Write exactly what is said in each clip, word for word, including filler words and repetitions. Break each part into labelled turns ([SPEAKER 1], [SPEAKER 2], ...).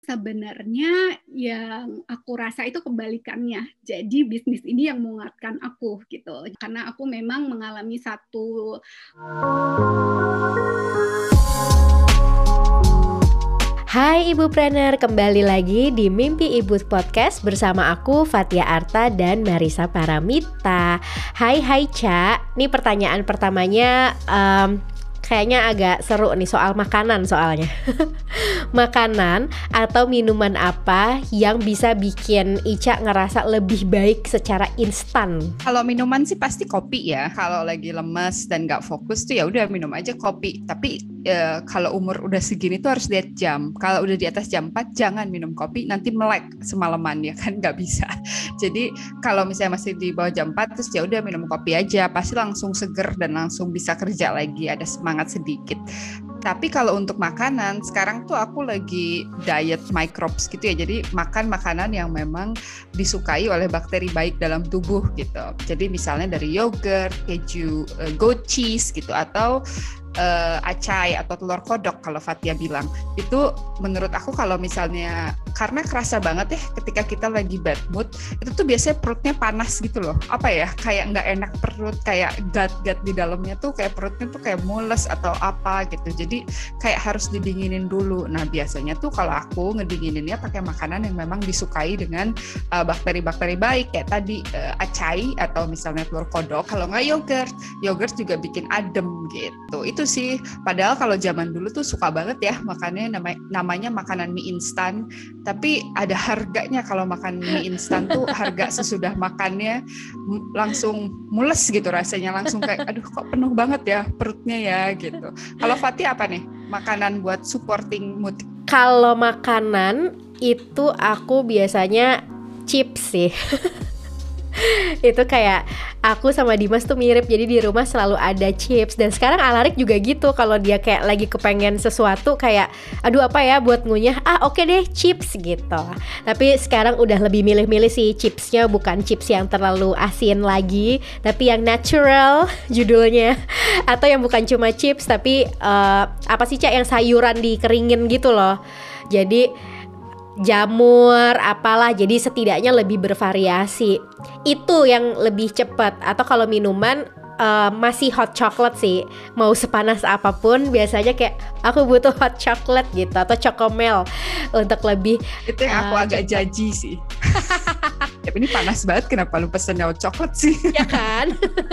[SPEAKER 1] Sebenarnya yang aku rasa itu kebalikannya. Jadi bisnis ini yang menguatkan aku gitu. Karena aku memang mengalami satu
[SPEAKER 2] Hai Ibupreneur, kembali lagi di Mimpi Ibu Podcast bersama aku Fathia Arta dan Marisa Paramita. Hai hai Ca, ini pertanyaan pertamanya um, kayaknya agak seru nih soal makanan soalnya. Makanan atau minuman apa yang bisa bikin Ica ngerasa lebih baik secara instan?
[SPEAKER 3] Kalau minuman sih pasti kopi ya. Kalau lagi lemes dan gak fokus tuh ya udah minum aja kopi. Tapi e, kalau umur udah segini tuh harus lihat jam. Kalau udah di atas jam empat jangan minum kopi, nanti melek semalaman ya kan, gak bisa. Jadi kalau misalnya masih di bawah jam empat terus ya udah minum kopi aja, pasti langsung seger dan langsung bisa kerja lagi, ada semangat sedikit. Tapi kalau untuk makanan, sekarang tuh aku lagi diet microbes gitu ya. Jadi makan makanan yang memang disukai oleh bakteri baik dalam tubuh gitu. Jadi misalnya dari yogurt, keju, uh, goat cheese gitu, atau uh, acai atau telur kodok kalau Fathia bilang. Itu menurut aku kalau misalnya, karena kerasa banget ya ketika kita lagi bad mood, itu tuh biasanya perutnya panas gitu loh. Apa ya, kayak nggak enak perut, kayak gut-gut di dalamnya tuh kayak perutnya tuh kayak mules atau apa gitu. Jadi kayak harus didinginin dulu. Nah biasanya tuh kalau aku ngedingininnya pakai makanan yang memang disukai dengan uh, bakteri-bakteri baik, kayak tadi uh, acai atau misalnya telur kodok. Kalau nggak yogurt, yogurt juga bikin adem gitu. Itu sih. Padahal kalau zaman dulu tuh suka banget ya makannya namanya, namanya makanan mie instan. Tapi ada harganya kalau makan mie instan tuh harga sesudah makannya langsung mules gitu rasanya, langsung kayak aduh kok penuh banget ya perutnya ya gitu. Kalau Fathia apa nih makanan buat supporting mood?
[SPEAKER 2] Kalau makanan itu aku biasanya chips sih. Itu kayak aku sama Dimas tuh mirip, jadi di rumah selalu ada chips. Dan sekarang Alarik juga gitu, kalau dia kayak lagi kepengen sesuatu kayak aduh apa ya buat ngunyah, ah oke deh chips gitu. Tapi sekarang udah lebih milih-milih sih chipsnya, bukan chips yang terlalu asin lagi, tapi yang natural judulnya. Atau yang bukan cuma chips tapi uh, apa sih Cak, yang sayuran dikeringin gitu loh. Jadi jamur apalah, jadi setidaknya lebih bervariasi. Itu yang lebih cepat. Atau kalau minuman uh, masih hot chocolate sih, mau sepanas apapun biasanya kayak aku butuh hot chocolate gitu, atau chocomel untuk lebih.
[SPEAKER 3] Itu yang aku uh, agak jaji sih. Tapi ini panas banget, kenapa lu pesen hot chocolate sih?
[SPEAKER 2] Ya kan?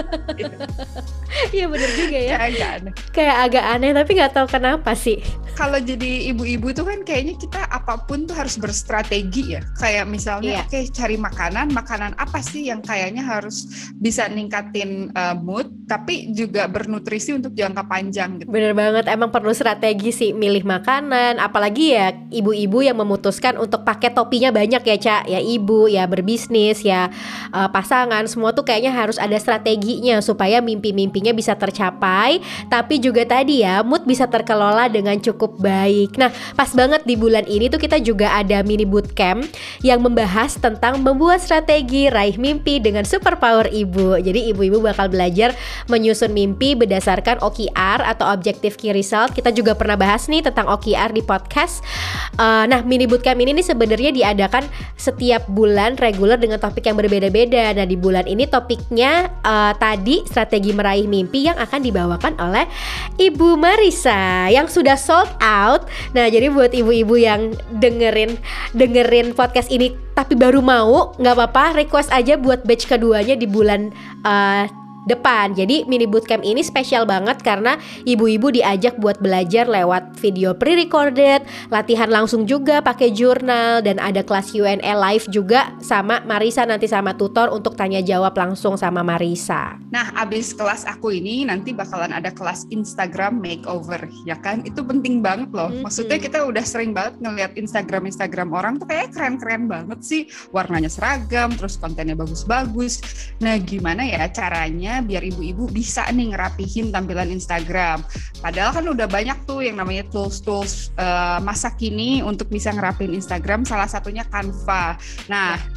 [SPEAKER 2] Iya bener juga ya.
[SPEAKER 3] Kayak agak aneh.
[SPEAKER 2] Kayak agak aneh, tapi nggak tahu kenapa sih.
[SPEAKER 3] Kalau jadi ibu-ibu tuh kan kayaknya kita apapun tuh harus berstrategi ya. Kayak misalnya, yeah. oke okay, cari makanan, makanan apa sih yang kayaknya harus bisa ningkatin uh, mood, tapi juga bernutrisi untuk jangka panjang gitu.
[SPEAKER 2] Bener banget, emang perlu strategi sih milih makanan. Apalagi ya ibu-ibu yang memutuskan untuk pakai topinya banyak ya Cak. Ya ibu, ya berbisnis, ya uh, pasangan, semua tuh kayaknya harus ada strateginya supaya mimpi-mimpinya bisa tercapai. Tapi juga tadi ya, mood bisa terkelola dengan cukup baik. Nah, pas banget di bulan ini tuh kita juga ada mini bootcamp yang membahas tentang membuat strategi raih mimpi dengan superpower ibu. Jadi ibu-ibu bakal belajar menyusun mimpi berdasarkan O K R atau Objective Key Result. Kita juga pernah bahas nih tentang O K R di podcast. Uh, nah, mini bootcamp ini nih sebenarnya diadakan setiap bulan reguler dengan topik yang berbeda-beda. Nah, di bulan ini topiknya uh, tadi strategi meraih mimpi yang akan dibawakan oleh Ibu Marisa yang sudah sold out. Nah, jadi buat ibu-ibu yang dengerin dengerin podcast ini tapi baru mau, nggak apa-apa, request aja buat batch keduanya di bulan uh, depan. Jadi mini bootcamp ini spesial banget karena ibu-ibu diajak buat belajar lewat video pre-recorded, latihan langsung juga pakai jurnal, dan ada kelas Q and A live juga sama Marisa nanti sama tutor untuk tanya jawab langsung sama Marisa.
[SPEAKER 3] Nah, abis kelas aku ini nanti bakalan ada kelas Instagram makeover, ya kan? Itu penting banget loh. Mm-hmm. Maksudnya kita udah sering banget ngeliat Instagram-Instagram orang tuh kayak keren-keren banget sih, warnanya seragam, terus kontennya bagus-bagus. Nah, gimana ya caranya biar ibu-ibu bisa nih ngerapihin tampilan Instagram. Padahal kan udah banyak tuh yang namanya tools-tools uh, masa kini untuk bisa ngerapihin Instagram, salah satunya Canva. Nah,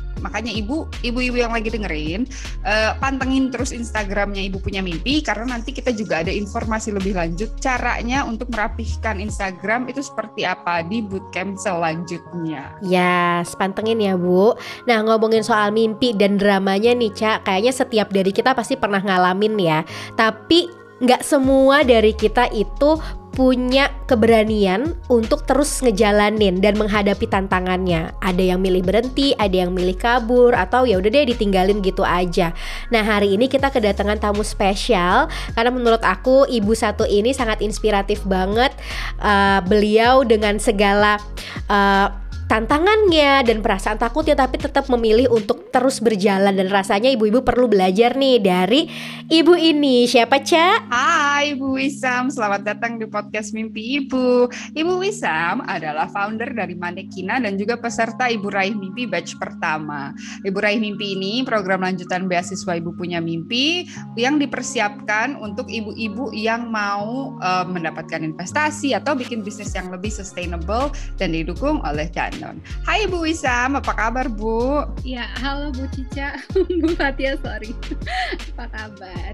[SPEAKER 3] Makanya ibu, ibu-ibu yang lagi dengerin, uh, pantengin terus Instagramnya Ibu Punya Mimpi, karena nanti kita juga ada informasi lebih lanjut caranya untuk merapihkan Instagram itu seperti apa di bootcamp selanjutnya.
[SPEAKER 2] Ya, yes, pantengin ya Bu. Nah, ngomongin soal mimpi dan dramanya nih Ca, kayaknya setiap dari kita pasti pernah ngalamin ya. Tapi nggak semua dari kita itu punya keberanian untuk terus ngejalanin dan menghadapi tantangannya. Ada yang milih berhenti, ada yang milih kabur, atau ya udah deh ditinggalin gitu aja. Nah, hari ini kita kedatangan tamu spesial karena menurut aku ibu satu ini sangat inspiratif banget. Uh, beliau dengan segala uh, tantangannya dan perasaan takutnya, tapi tetap memilih untuk terus berjalan. Dan rasanya ibu-ibu perlu belajar nih dari ibu ini. Siapa, Ca?
[SPEAKER 3] Hai Ibu Wisam, selamat datang di podcast Mimpi Ibu. Ibu Wisam adalah founder dari Manekina dan juga peserta Ibu Raih Mimpi batch pertama. Ibu Raih Mimpi ini program lanjutan beasiswa Ibu Punya Mimpi yang dipersiapkan untuk ibu-ibu yang mau uh, mendapatkan investasi atau bikin bisnis yang lebih sustainable dan didukung oleh Danon. Hai Bu Wisam, apa kabar Bu?
[SPEAKER 1] Ya, halo Bu Cica, Bu Fatia, sorry. Apa kabar?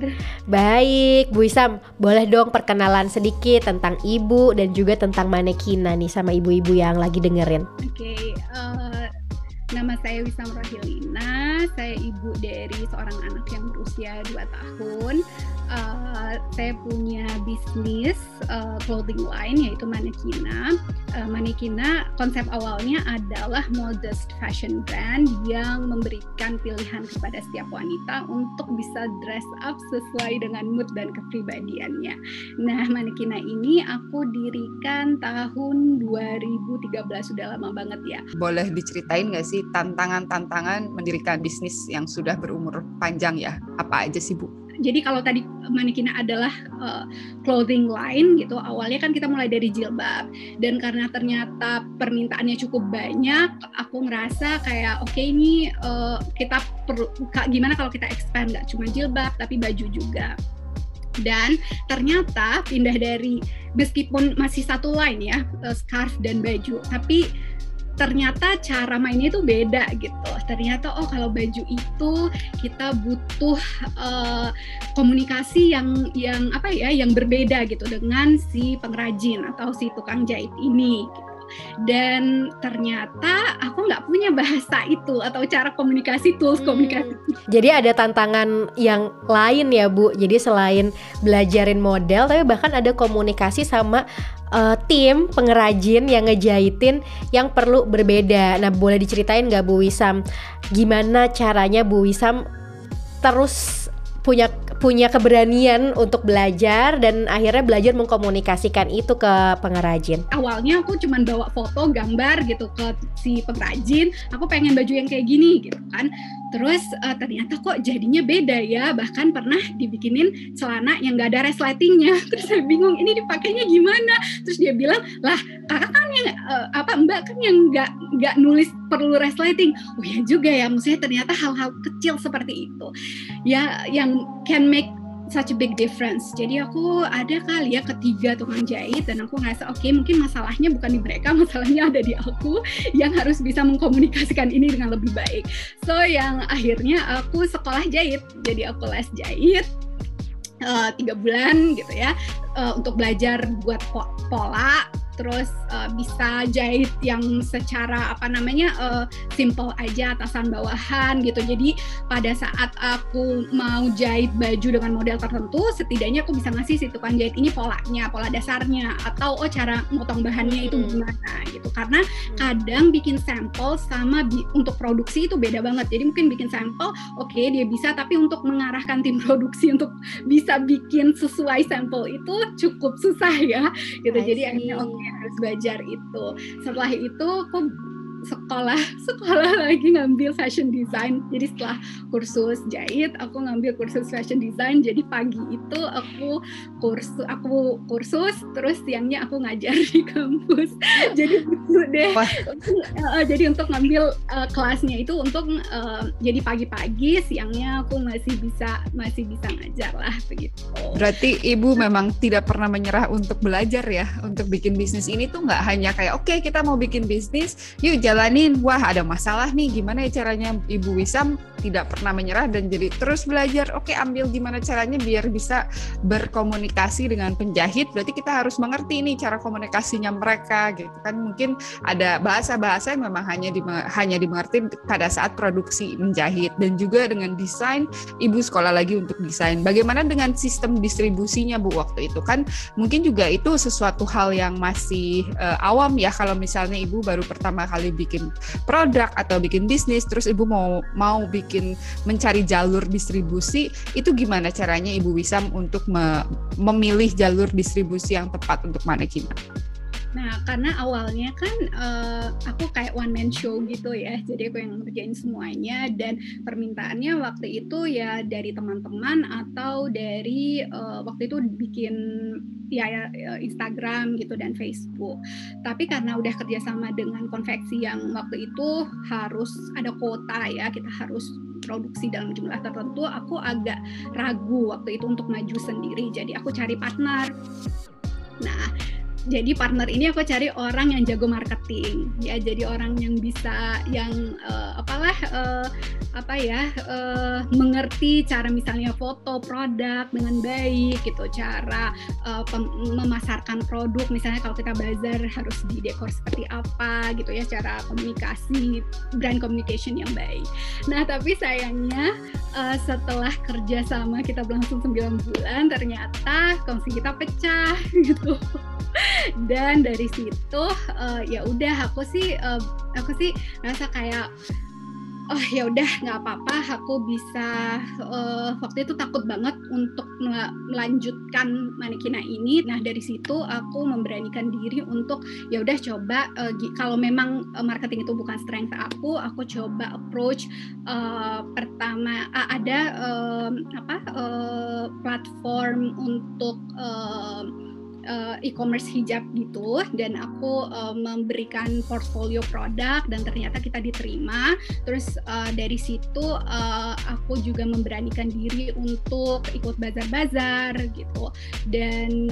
[SPEAKER 2] Baik, Bu Wisam, boleh dong perkenalan sedikit tentang Ibu dan juga tentang Manekina nih sama ibu-ibu yang lagi dengerin.
[SPEAKER 1] Oke, okay, uh, nama saya Wisam Rahilina, saya ibu dari seorang anak yang berusia dua tahun. Uh, saya punya bisnis uh, clothing line yaitu Manekina. Uh, Manekina konsep awalnya adalah modest fashion brand yang memberikan pilihan kepada setiap wanita untuk bisa dress up sesuai dengan mood dan kepribadiannya. Nah, Manekina ini aku dirikan tahun dua ribu tiga belas, sudah lama banget ya.
[SPEAKER 3] Boleh diceritain nggak sih tantangan-tantangan mendirikan bisnis yang sudah berumur panjang ya? Apa aja sih Bu?
[SPEAKER 1] Jadi kalau tadi Manekina adalah uh, clothing line gitu, awalnya kan kita mulai dari jilbab, dan karena ternyata permintaannya cukup banyak, aku ngerasa kayak oke okay, ini uh, kita perlu gimana kalau kita expand nggak cuma jilbab tapi baju juga. Dan ternyata pindah dari, meskipun masih satu line ya, uh, scarf dan baju, tapi ternyata cara mainnya itu beda gitu. Ternyata oh kalau baju itu kita butuh uh, komunikasi yang yang apa ya, yang berbeda gitu dengan si pengrajin atau si tukang jahit ini gitu. Dan ternyata aku nggak punya bahasa itu atau cara komunikasi, tools hmm. komunikasi.
[SPEAKER 2] Jadi ada tantangan yang lain ya Bu. Jadi selain belajarin model, tapi bahkan ada komunikasi sama Uh, tim pengrajin yang ngejahitin yang perlu berbeda. Nah, boleh diceritain nggak Bu Wisam, gimana caranya Bu Wisam terus punya punya keberanian untuk belajar dan akhirnya belajar mengkomunikasikan itu ke pengrajin?
[SPEAKER 1] Awalnya aku cuma bawa foto, gambar gitu ke si pengrajin, aku pengen baju yang kayak gini gitu kan. Terus uh, ternyata kok jadinya beda ya, bahkan pernah dibikinin celana yang gak ada resletingnya. Terus saya bingung ini dipakainya gimana. Terus dia bilang, lah kakak kan yang uh, apa mbak kan yang gak, gak nulis perlu resleting. Oh ya juga ya, maksudnya ternyata hal-hal kecil seperti itu ya yang can make such a big difference. Jadi aku ada kali ya ketiga tukang jahit dan aku ngerasa oke okay, mungkin masalahnya bukan di mereka, masalahnya ada di aku yang harus bisa mengkomunikasikan ini dengan lebih baik. So yang akhirnya aku sekolah jahit, jadi aku les jahit uh, tiga bulan gitu ya uh, untuk belajar buat po- pola. Terus uh, bisa jahit yang secara apa namanya uh, simple aja, atasan bawahan gitu. Jadi pada saat aku mau jahit baju dengan model tertentu, setidaknya aku bisa ngasih si tukang jahit ini polanya, pola dasarnya, atau oh cara motong bahannya itu gimana gitu. Karena kadang bikin sampel sama bi- untuk produksi itu beda banget. Jadi mungkin bikin sampel oke okay, dia bisa, tapi untuk mengarahkan tim produksi untuk bisa bikin sesuai sampel itu cukup susah ya gitu. Jadi akhirnya oke okay, harus belajar itu. Setelah itu aku sekolah sekolah lagi ngambil fashion design. Jadi setelah kursus jahit aku ngambil kursus fashion design. Jadi pagi itu aku kursus aku kursus terus siangnya aku ngajar di kampus. Jadi gitu deh. uh, jadi untuk ngambil uh, kelasnya itu untuk uh, jadi pagi-pagi, siangnya aku masih bisa masih bisa ngajar lah begitu.
[SPEAKER 3] Berarti Ibu memang tidak pernah menyerah untuk belajar ya, untuk bikin bisnis ini tuh nggak hanya kayak oke okay, kita mau bikin bisnis, yuk dijalanin, wah ada masalah nih, gimana ya caranya Ibu Wisam tidak pernah menyerah dan jadi terus belajar. Oke, ambil gimana caranya biar bisa berkomunikasi dengan penjahit, berarti kita harus mengerti nih cara komunikasinya mereka gitu kan. Mungkin ada bahasa-bahasa yang memang hanya di, hanya dimengerti pada saat produksi menjahit. Dan juga dengan desain, Ibu sekolah lagi untuk desain. Bagaimana dengan sistem distribusinya Bu waktu itu kan? Mungkin juga itu sesuatu hal yang masih uh, awam ya, kalau misalnya Ibu baru pertama kali bikin produk atau bikin bisnis, terus Ibu mau mau bikin mencari jalur distribusi, itu gimana caranya Ibu Wisam untuk me- memilih jalur distribusi yang tepat untuk Manekina?
[SPEAKER 1] Nah, karena awalnya kan uh, aku kayak one man show gitu ya, jadi aku yang ngerjain semuanya, dan permintaannya waktu itu ya dari teman-teman atau dari uh, waktu itu bikin ya Instagram gitu dan Facebook. Tapi karena udah kerjasama dengan konveksi yang waktu itu harus ada kuota ya, kita harus produksi dalam jumlah tertentu, aku agak ragu waktu itu untuk maju sendiri, jadi aku cari partner. Nah, jadi partner ini aku cari orang yang jago marketing ya, jadi orang yang bisa yang uh, apalah uh, apa ya uh, mengerti cara misalnya foto produk dengan baik gitu, cara uh, pem- memasarkan produk, misalnya kalau kita bazar harus didekor seperti apa gitu ya, cara komunikasi, brand communication yang baik. Nah, tapi sayangnya uh, setelah kerja sama kita berlangsung sembilan bulan, ternyata kongsi kita pecah gitu. Dan dari situ uh, ya udah aku sih uh, aku sih rasa kayak oh ya udah nggak apa-apa, aku bisa uh, waktu itu takut banget untuk melanjutkan Manekina ini. Nah, dari situ aku memberanikan diri untuk ya udah coba uh, kalau memang uh, marketing itu bukan strength aku, aku coba approach uh, pertama uh, ada uh, apa uh, platform untuk uh, Uh, e-commerce hijab gitu, dan aku uh, memberikan portfolio produk dan ternyata kita diterima. Terus uh, dari situ uh, aku juga memberanikan diri untuk ikut bazar-bazar gitu, dan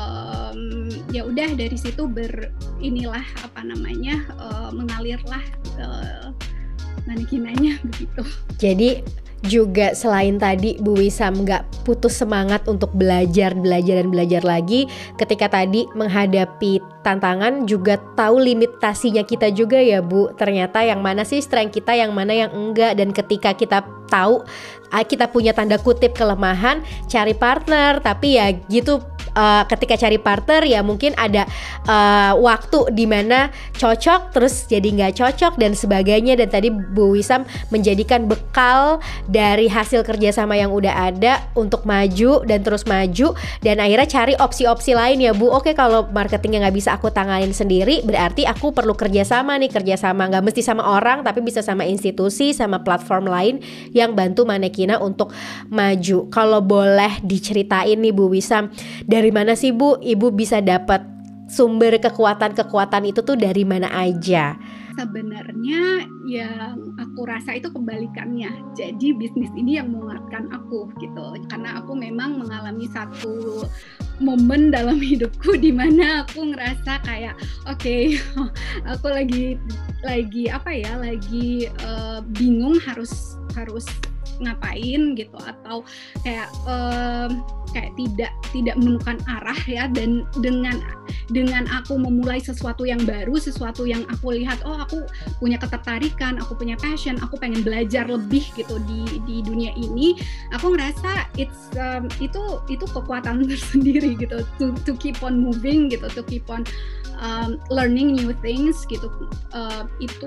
[SPEAKER 1] um, ya udah dari situ ber inilah apa namanya uh, mengalirlah uh, Manekinanya begitu.
[SPEAKER 2] Jadi juga selain tadi Bu Wisam nggak putus semangat untuk belajar, belajar dan belajar lagi, ketika tadi menghadapi tantangan juga tahu limitasinya kita juga ya Bu, ternyata yang mana sih strength kita, yang mana yang enggak, dan ketika kita tahu kita punya tanda kutip kelemahan, cari partner. Tapi ya gitu, uh, ketika cari partner ya mungkin ada uh, waktu dimana cocok terus jadi nggak cocok dan sebagainya, dan tadi Bu Wisam menjadikan bekal dari hasil kerjasama yang udah ada untuk maju dan terus maju, dan akhirnya cari opsi-opsi lain ya Bu. Oke, kalau marketingnya nggak bisa aku tanganin sendiri, berarti aku perlu kerjasama nih, kerjasama nggak mesti sama orang tapi bisa sama institusi, sama platform lain yang bantu Manekina untuk maju. Kalau boleh diceritain nih Bu Wisam, dari mana sih Bu Ibu bisa dapat sumber kekuatan-kekuatan itu tuh dari mana aja?
[SPEAKER 1] Sebenarnya yang aku rasa itu kebalikannya. Jadi bisnis ini yang menguatkan aku gitu. Karena aku memang mengalami satu momen dalam hidupku di mana aku ngerasa kayak oke, okay, aku lagi lagi apa ya, lagi uh, bingung harus harus ngapain gitu, atau kayak um, kayak tidak tidak menemukan arah ya, dan dengan dengan aku memulai sesuatu yang baru, sesuatu yang aku lihat oh aku punya ketertarikan, aku punya passion, aku pengen belajar lebih gitu di di dunia ini, aku ngerasa it's um, itu itu kekuatan tersendiri gitu, to to keep on moving gitu, to keep on um, learning new things gitu. Uh, itu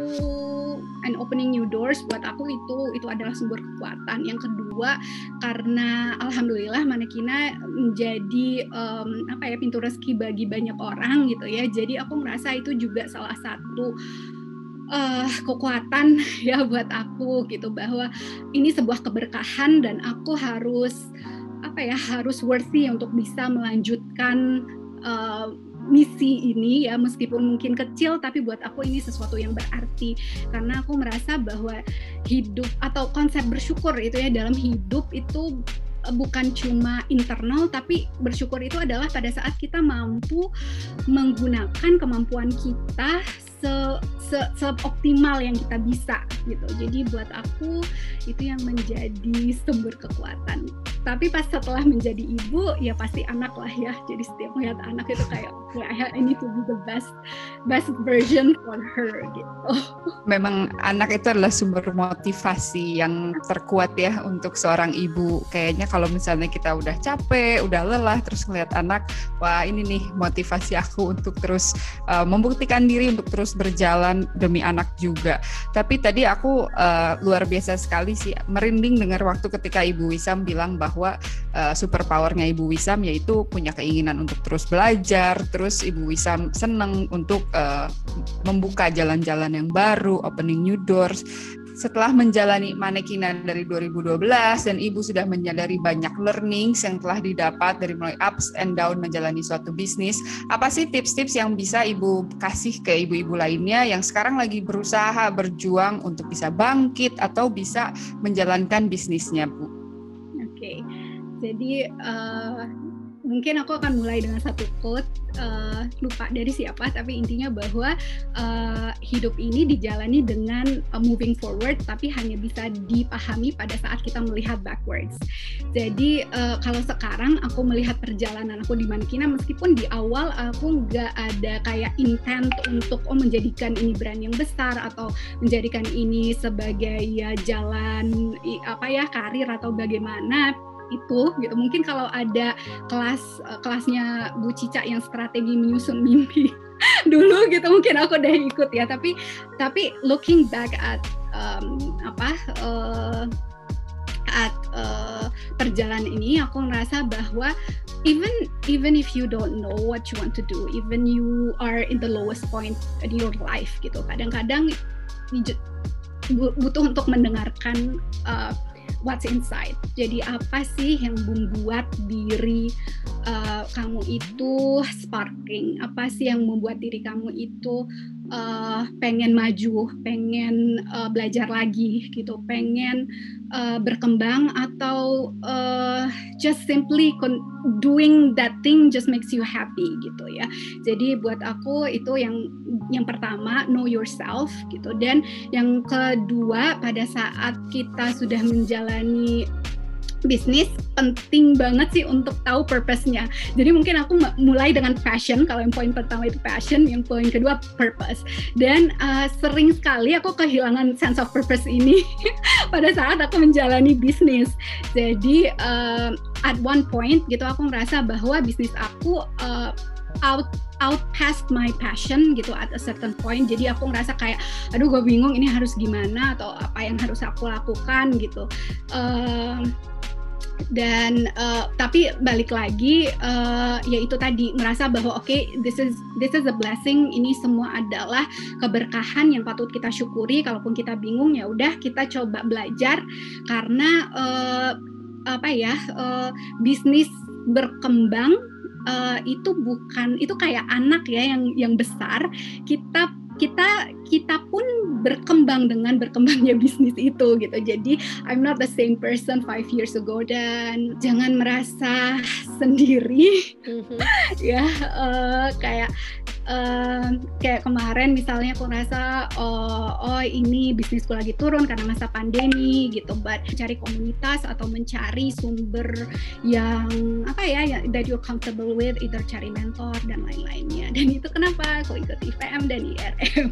[SPEAKER 1] and opening new doors buat aku itu itu adalah sumber kekuatan. Yang kedua, karena alhamdulillah Manekina menjadi um, apa ya pintu rezeki bagi banyak orang gitu ya. Jadi aku ngerasa itu juga salah satu uh, kekuatan ya buat aku gitu, bahwa ini sebuah keberkahan dan aku harus apa ya harus worthy untuk bisa melanjutkan uh, misi ini ya, meskipun mungkin kecil tapi buat aku ini sesuatu yang berarti, karena aku merasa bahwa hidup atau konsep bersyukur itu ya dalam hidup itu bukan cuma internal, tapi bersyukur itu adalah pada saat kita mampu menggunakan kemampuan kita se, se, seoptimal yang kita bisa gitu. Jadi buat aku itu yang menjadi sumber kekuatan. Tapi pas setelah menjadi ibu ya pasti anak lah ya. Jadi setiap melihat anak itu kayak I need to be the best best version for her gitu.
[SPEAKER 3] Memang anak itu adalah sumber motivasi yang terkuat ya untuk seorang ibu. Kayaknya kalau misalnya kita udah capek, udah lelah, terus ngeliat anak, wah ini nih motivasi aku untuk terus uh, membuktikan diri untuk terus berjalan demi anak juga. Tapi tadi aku uh, luar biasa sekali sih, merinding dengar waktu ketika Ibu Wisam bilang bahwa uh, superpowernya Ibu Wisam yaitu punya keinginan untuk terus belajar, terus Ibu Wisam seneng untuk uh, membuka jalan-jalan yang baru, opening new doors. Setelah menjalani Mannequinat dari dua ribu dua belas dan Ibu sudah menyadari banyak learnings yang telah didapat dari mulai ups and down menjalani suatu bisnis, apa sih tips-tips yang bisa Ibu kasih ke ibu-ibu lainnya yang sekarang lagi berusaha berjuang untuk bisa bangkit atau bisa menjalankan bisnisnya, Bu?
[SPEAKER 1] Oke, okay. Jadi uh, mungkin aku akan mulai dengan satu quote, uh, lupa dari siapa, tapi intinya bahwa uh, hidup ini dijalani dengan uh, moving forward, tapi hanya bisa dipahami pada saat kita melihat backwards. Jadi uh, kalau sekarang aku melihat perjalanan aku di Mannequinat, meskipun di awal aku nggak ada kayak intent untuk oh menjadikan ini brand yang besar atau menjadikan ini sebagai ya jalan apa ya karir atau bagaimana itu gitu. Mungkin kalau ada kelas uh, kelasnya Bu Cica yang strategi menyusun mimpi dulu gitu mungkin aku udah ikut ya, tapi tapi looking back at um, apa uh, at uh, perjalanan ini aku ngerasa bahwa even even if you don't know what you want to do, even you are in the lowest point in your life gitu, kadang-kadang butuh untuk mendengarkan uh, what's inside. Jadi apa sih yang membuat diri uh, kamu itu sparking? Apa sih yang membuat diri kamu itu uh, pengen maju, pengen uh, belajar lagi gitu, pengen uh, berkembang atau uh, just simply con- doing that thing just makes you happy gitu ya. Jadi buat aku itu yang yang pertama, know yourself gitu, dan yang kedua pada saat kita sudah menjalani bisnis penting banget sih untuk tahu purpose-nya. Jadi mungkin aku mulai dengan passion, kalau yang poin pertama itu passion, yang poin kedua purpose. Dan uh, sering sekali aku kehilangan sense of purpose ini pada saat aku menjalani bisnis. Jadi uh, at one point gitu aku ngerasa bahwa bisnis aku uh, out out past my passion gitu at a certain point. Jadi aku ngerasa kayak aduh gue bingung ini harus gimana atau apa yang harus aku lakukan gitu. Uh, dan uh, tapi balik lagi uh, yaitu tadi ngerasa bahwa oke okay, this is this is a blessing, ini semua adalah keberkahan yang patut kita syukuri. Kalaupun kita bingung ya udah kita coba belajar, karena uh, apa ya uh, bisnis berkembang uh, itu bukan itu kayak anak ya yang yang besar, kita kita kita pun berkembang dengan berkembangnya bisnis itu gitu. Jadi I'm not the same person five years ago, dan jangan merasa sendiri. Mm-hmm. ya uh, kayak uh, kayak kemarin misalnya aku ngerasa oh, oh ini bisnisku lagi turun karena masa pandemi gitu, but cari komunitas atau mencari sumber yang apa ya yang that you're comfortable with, either cari mentor dan lain-lainnya. Dan itu kenapa aku ikut I P M dan I R M.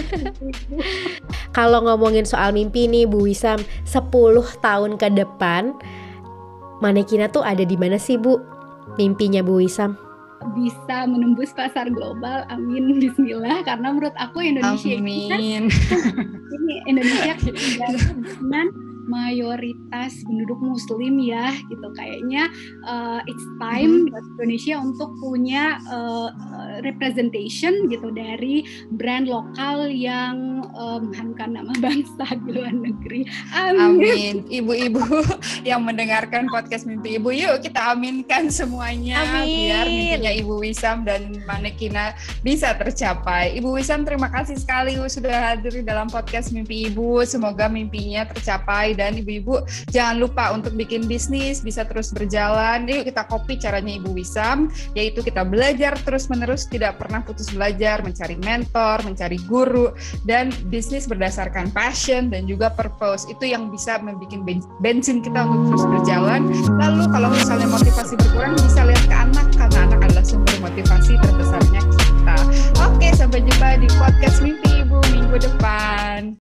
[SPEAKER 2] Kalau ngomongin soal mimpi nih Bu Wisam, sepuluh tahun ke depan Mannequinat tuh ada di mana sih Bu? Mimpinya Bu Wisam?
[SPEAKER 1] Bisa menembus pasar global, amin, bismillah. Karena menurut aku Indonesia
[SPEAKER 3] amin.
[SPEAKER 1] ini Indonesia dengan mayoritas penduduk Muslim ya gitu, kayaknya uh, it's time buat hmm. Indonesia untuk punya uh, representation gitu dari brand lokal yang uh, mengharumkan nama bangsa di luar negeri. Amin.
[SPEAKER 3] Amin. Ibu-ibu yang mendengarkan podcast Mimpi Ibu, yuk kita aminkan semuanya. Amin. Biar mimpinya Ibu Wisam dan Mannequinat bisa tercapai. Ibu Wisam, terima kasih sekali sudah hadir dalam podcast Mimpi Ibu. Semoga mimpinya tercapai dan ibu-ibu jangan lupa untuk bikin bisnis bisa terus berjalan. Yuk kita copy caranya Ibu Wisam, yaitu kita belajar terus-menerus, tidak pernah putus belajar, mencari mentor, mencari guru, dan bisnis berdasarkan passion dan juga purpose. Itu yang bisa membuat bensin kita untuk terus berjalan. Lalu kalau misalnya motivasi berkurang, bisa lihat ke anak, karena anak adalah sumber motivasi terbesarnya kita. Oke, sampai jumpa di podcast Mimpi Ibu minggu depan.